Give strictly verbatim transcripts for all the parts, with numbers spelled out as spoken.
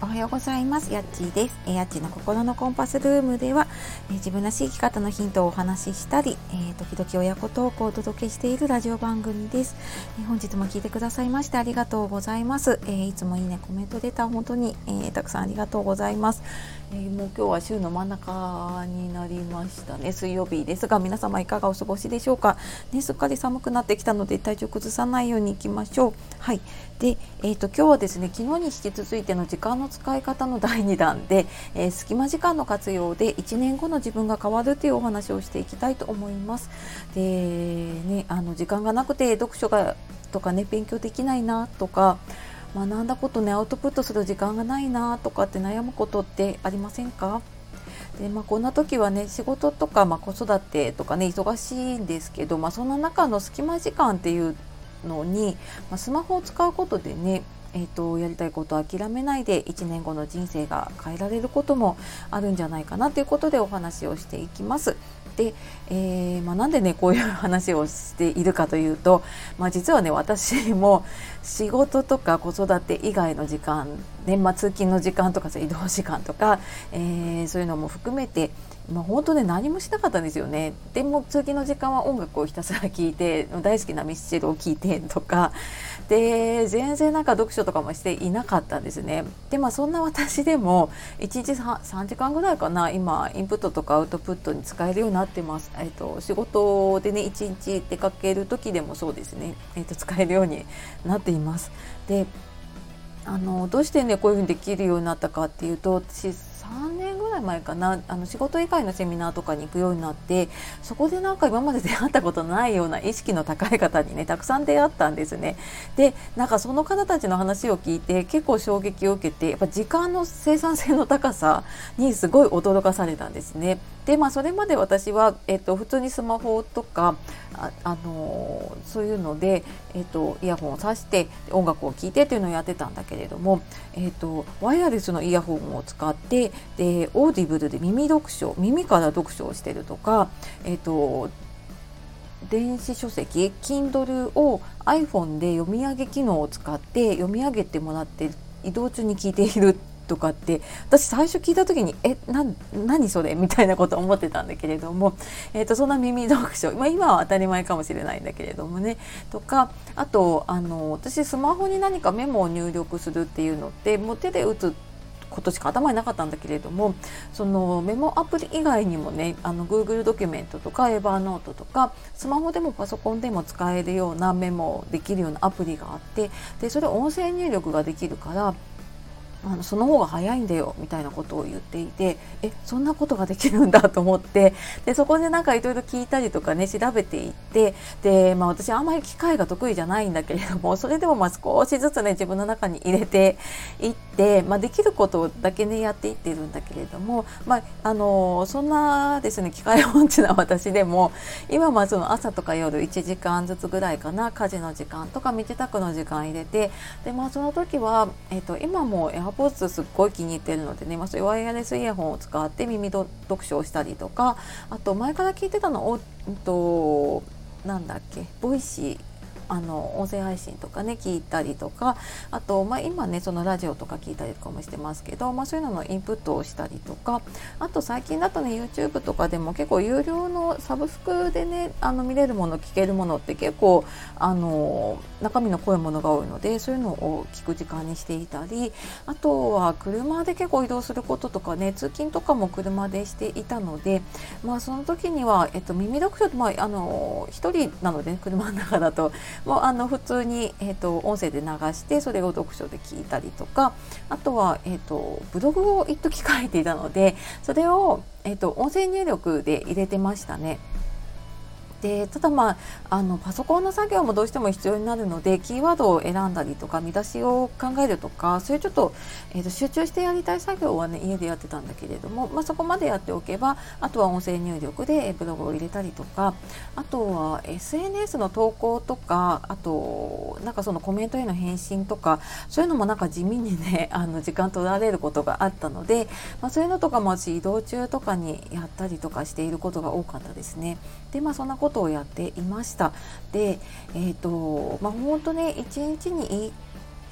おはようございます。やっちーです。えー、やっちーの心のコンパスルームでは、えー、自分らしい生き方のヒントをお話ししたり、えー、時々親子トークをお届けしているラジオ番組です。えー、本日も聞いてくださいましてありがとうございます。えー、いつもいいねコメントレター本当に、えー、たくさんありがとうございます。えー、もう今日は週の真ん中になりましたね。水曜日ですが、皆様いかがお過ごしでしょうか。ね、すっかり寒くなってきたので体調崩さないようにいきましょう。はい。で、えーと、今日はですね、昨日に引き続いての時間の使い方のだいにだんで、えー、隙間時間の活用でいちねんごの自分が変わるというお話をしていきたいと思います。で、ね、あの時間がなくて読書がとかね、勉強できないなとか、学んだことね、アウトプットする時間がないなとかって悩むことってありませんか？で、まあ、こんな時はね、仕事とか、まあ、子育てとかね、忙しいんですけど、まあ、そんな中の隙間時間っていうのに、まあ、スマホを使うことでね、えーと、やりたいことを諦めないでいちねんごの人生が変えられることもあるんじゃないかなということでお話をしていきます。で、えーまあ、なんでねこういう話をしているかというと、まあ、実はね私も仕事とか子育て以外の時間、年末通勤の時間とか移動時間とか、えー、そういうのも含めてまあ、本当ね何もしなかったんですよね。でも通勤の時間は音楽をひたすら聴いて、大好きなミスチルを聴いてとかで、全然なんか読書とかもしていなかったんですね。でまあそんな私でもいちにちさんじかんぐらいかな、今インプットとかアウトプットに使えるようになってます。えっと仕事でねいちにち出かける時でもそうですね、えっと使えるようになっています。であのどうしてねこういうふうにできるようになったかっていうと、私さんねんぐらい前かな、あの仕事以外のセミナーとかに行くようになって、そこでなんか今まで出会ったことないような意識の高い方にねたくさん出会ったんですね。でなんかその方たちの話を聞いて結構衝撃を受けて、やっぱ時間の生産性の高さにすごい驚かされたんですね。でまあそれまで私は、えっと、普通にスマホとかあ、あのー、そういうので、えっと、イヤホンを挿して音楽を聴いてというのをやってたんだけれども、えっと、ワイヤレスのイヤホンを使ってでオーディブルで耳読書耳から読書をしてるとか、えっと電子書籍 Kindle を iPhone で読み上げ機能を使って読み上げてもらって移動中に聞いているとかって、私最初聞いた時にえな何それみたいなことを思ってたんだけれども、えーと、そんな耳読書、まあ、今は当たり前かもしれないんだけれどもね、とかあとあの私スマホに何かメモを入力するっていうのってもう手で打つことしか頭になかったんだけれども、そのメモアプリ以外にもね、あの Google ドキュメントとかエバーノートとかスマホでもパソコンでも使えるようなメモできるようなアプリがあって、でそれ音声入力ができるからあのその方が早いんだよみたいなことを言っていて、えそんなことができるんだと思って、でそこでなんかいろいろ聞いたりとかね調べていって、で、まあ、私あんまり機械が得意じゃないんだけれども、それでもまあ少しずつね自分の中に入れていって、まあ、できることだけねやっていってるんだけれども、まあ、あのそんなですね機械音痴な私でも今はその朝とか夜いちじかんずつぐらいかな、家事の時間とか身支度の時間入れて、で、まあ、その時は、えーと、今もエアポーツすっごい気に入ってるのでね、まあ、そういうワイヤレスイヤホンを使って耳読書をしたりとか、あと前から聞いてたのを、うんと、なんだっけボイシーあの音声配信とかね聞いたりとか、あと、まあ、今ねそのラジオとか聞いたりとかもしてますけど、まあ、そういうののインプットをしたりとか、あと最近だとね YouTube とかでも結構有料のサブスクでねあの見れるもの聞けるものって結構あの中身の濃いものが多いので、そういうのを聞く時間にしていたり、あとは車で結構移動することとかね、通勤とかも車でしていたので、まあその時には、えっと、耳読書って、まあ、あの一人なので、ね、車の中だともうあの普通に、えーと、音声で流してそれを読書で聞いたりとか、あとは、えーと、ブログを一時書いていたので、それを、えーと、音声入力で入れてましたね。でただまあ、あのパソコンの作業もどうしても必要になるので、キーワードを選んだりとか見出しを考えるとか、そういうちょっと、えーと集中してやりたい作業はね家でやってたんだけれども、まあ、そこまでやっておけばあとは音声入力でブログを入れたりとか、あとは エスエヌエス の投稿とか、あとなんかそのコメントへの返信とか、そういうのもなんか地味にねあの時間取られることがあったので、まあ、そういうのとかも私移動中とかにやったりとかしていることが多かったですね。でまあそんなことをやっていました。で、えーとまあ、本当ねいちにちにいっ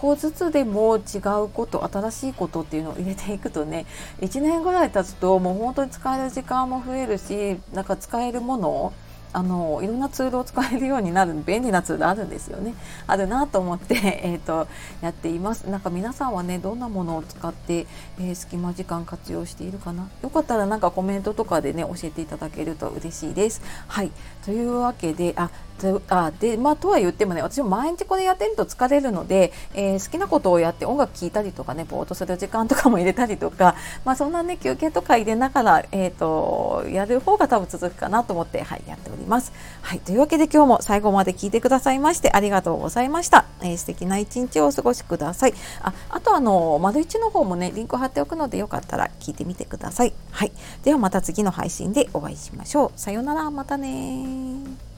個ずつでも違うこと、新しいことっていうのを入れていくとね、いちねんぐらい経つともう本当に使える時間も増えるし、なんか使えるものあのいろんなツールを使えるようになる便利なツールあるんですよね。あるなと思って、えー、とやっています。なんか皆さんはね、どんなものを使って、えー、隙間時間活用しているかな。よかったらなんかコメントとかでね教えていただけると嬉しいです。はい、というわけであとあで、まあ、とは言ってもね、私も毎日これやってると疲れるので、えー、好きなことをやって音楽聴いたりとかね、ぼーっとする時間とかも入れたりとか、まあ、そんなね休憩とか入れながら、えー、とやる方が多分続くかなと思って、はい、やっております。はい、というわけで今日も最後まで聞いてくださいましてありがとうございました。えー、素敵な一日をお過ごしください。あ、あとあの丸一の方もねリンク貼っておくのでよかったら聞いてみてください。はい、ではまた次の配信でお会いしましょう。さようなら、またね。